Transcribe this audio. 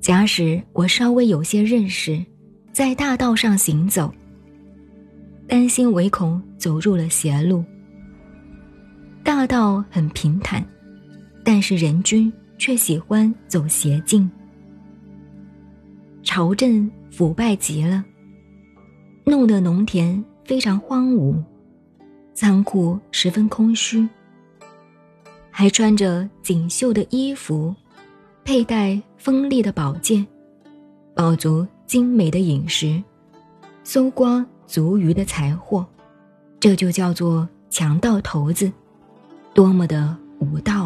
假使我稍微有些认识，在大道上行走，担心唯恐走入了邪路。大道很平坦，但是人君却喜欢走邪径。朝政腐败极了，弄得农田非常荒芜，仓库十分空虚，还穿着锦绣的衣服，佩戴锋利的宝剑，饱足精美的饮食，搜刮足余的财货，这就叫做强盗头子，多么的无道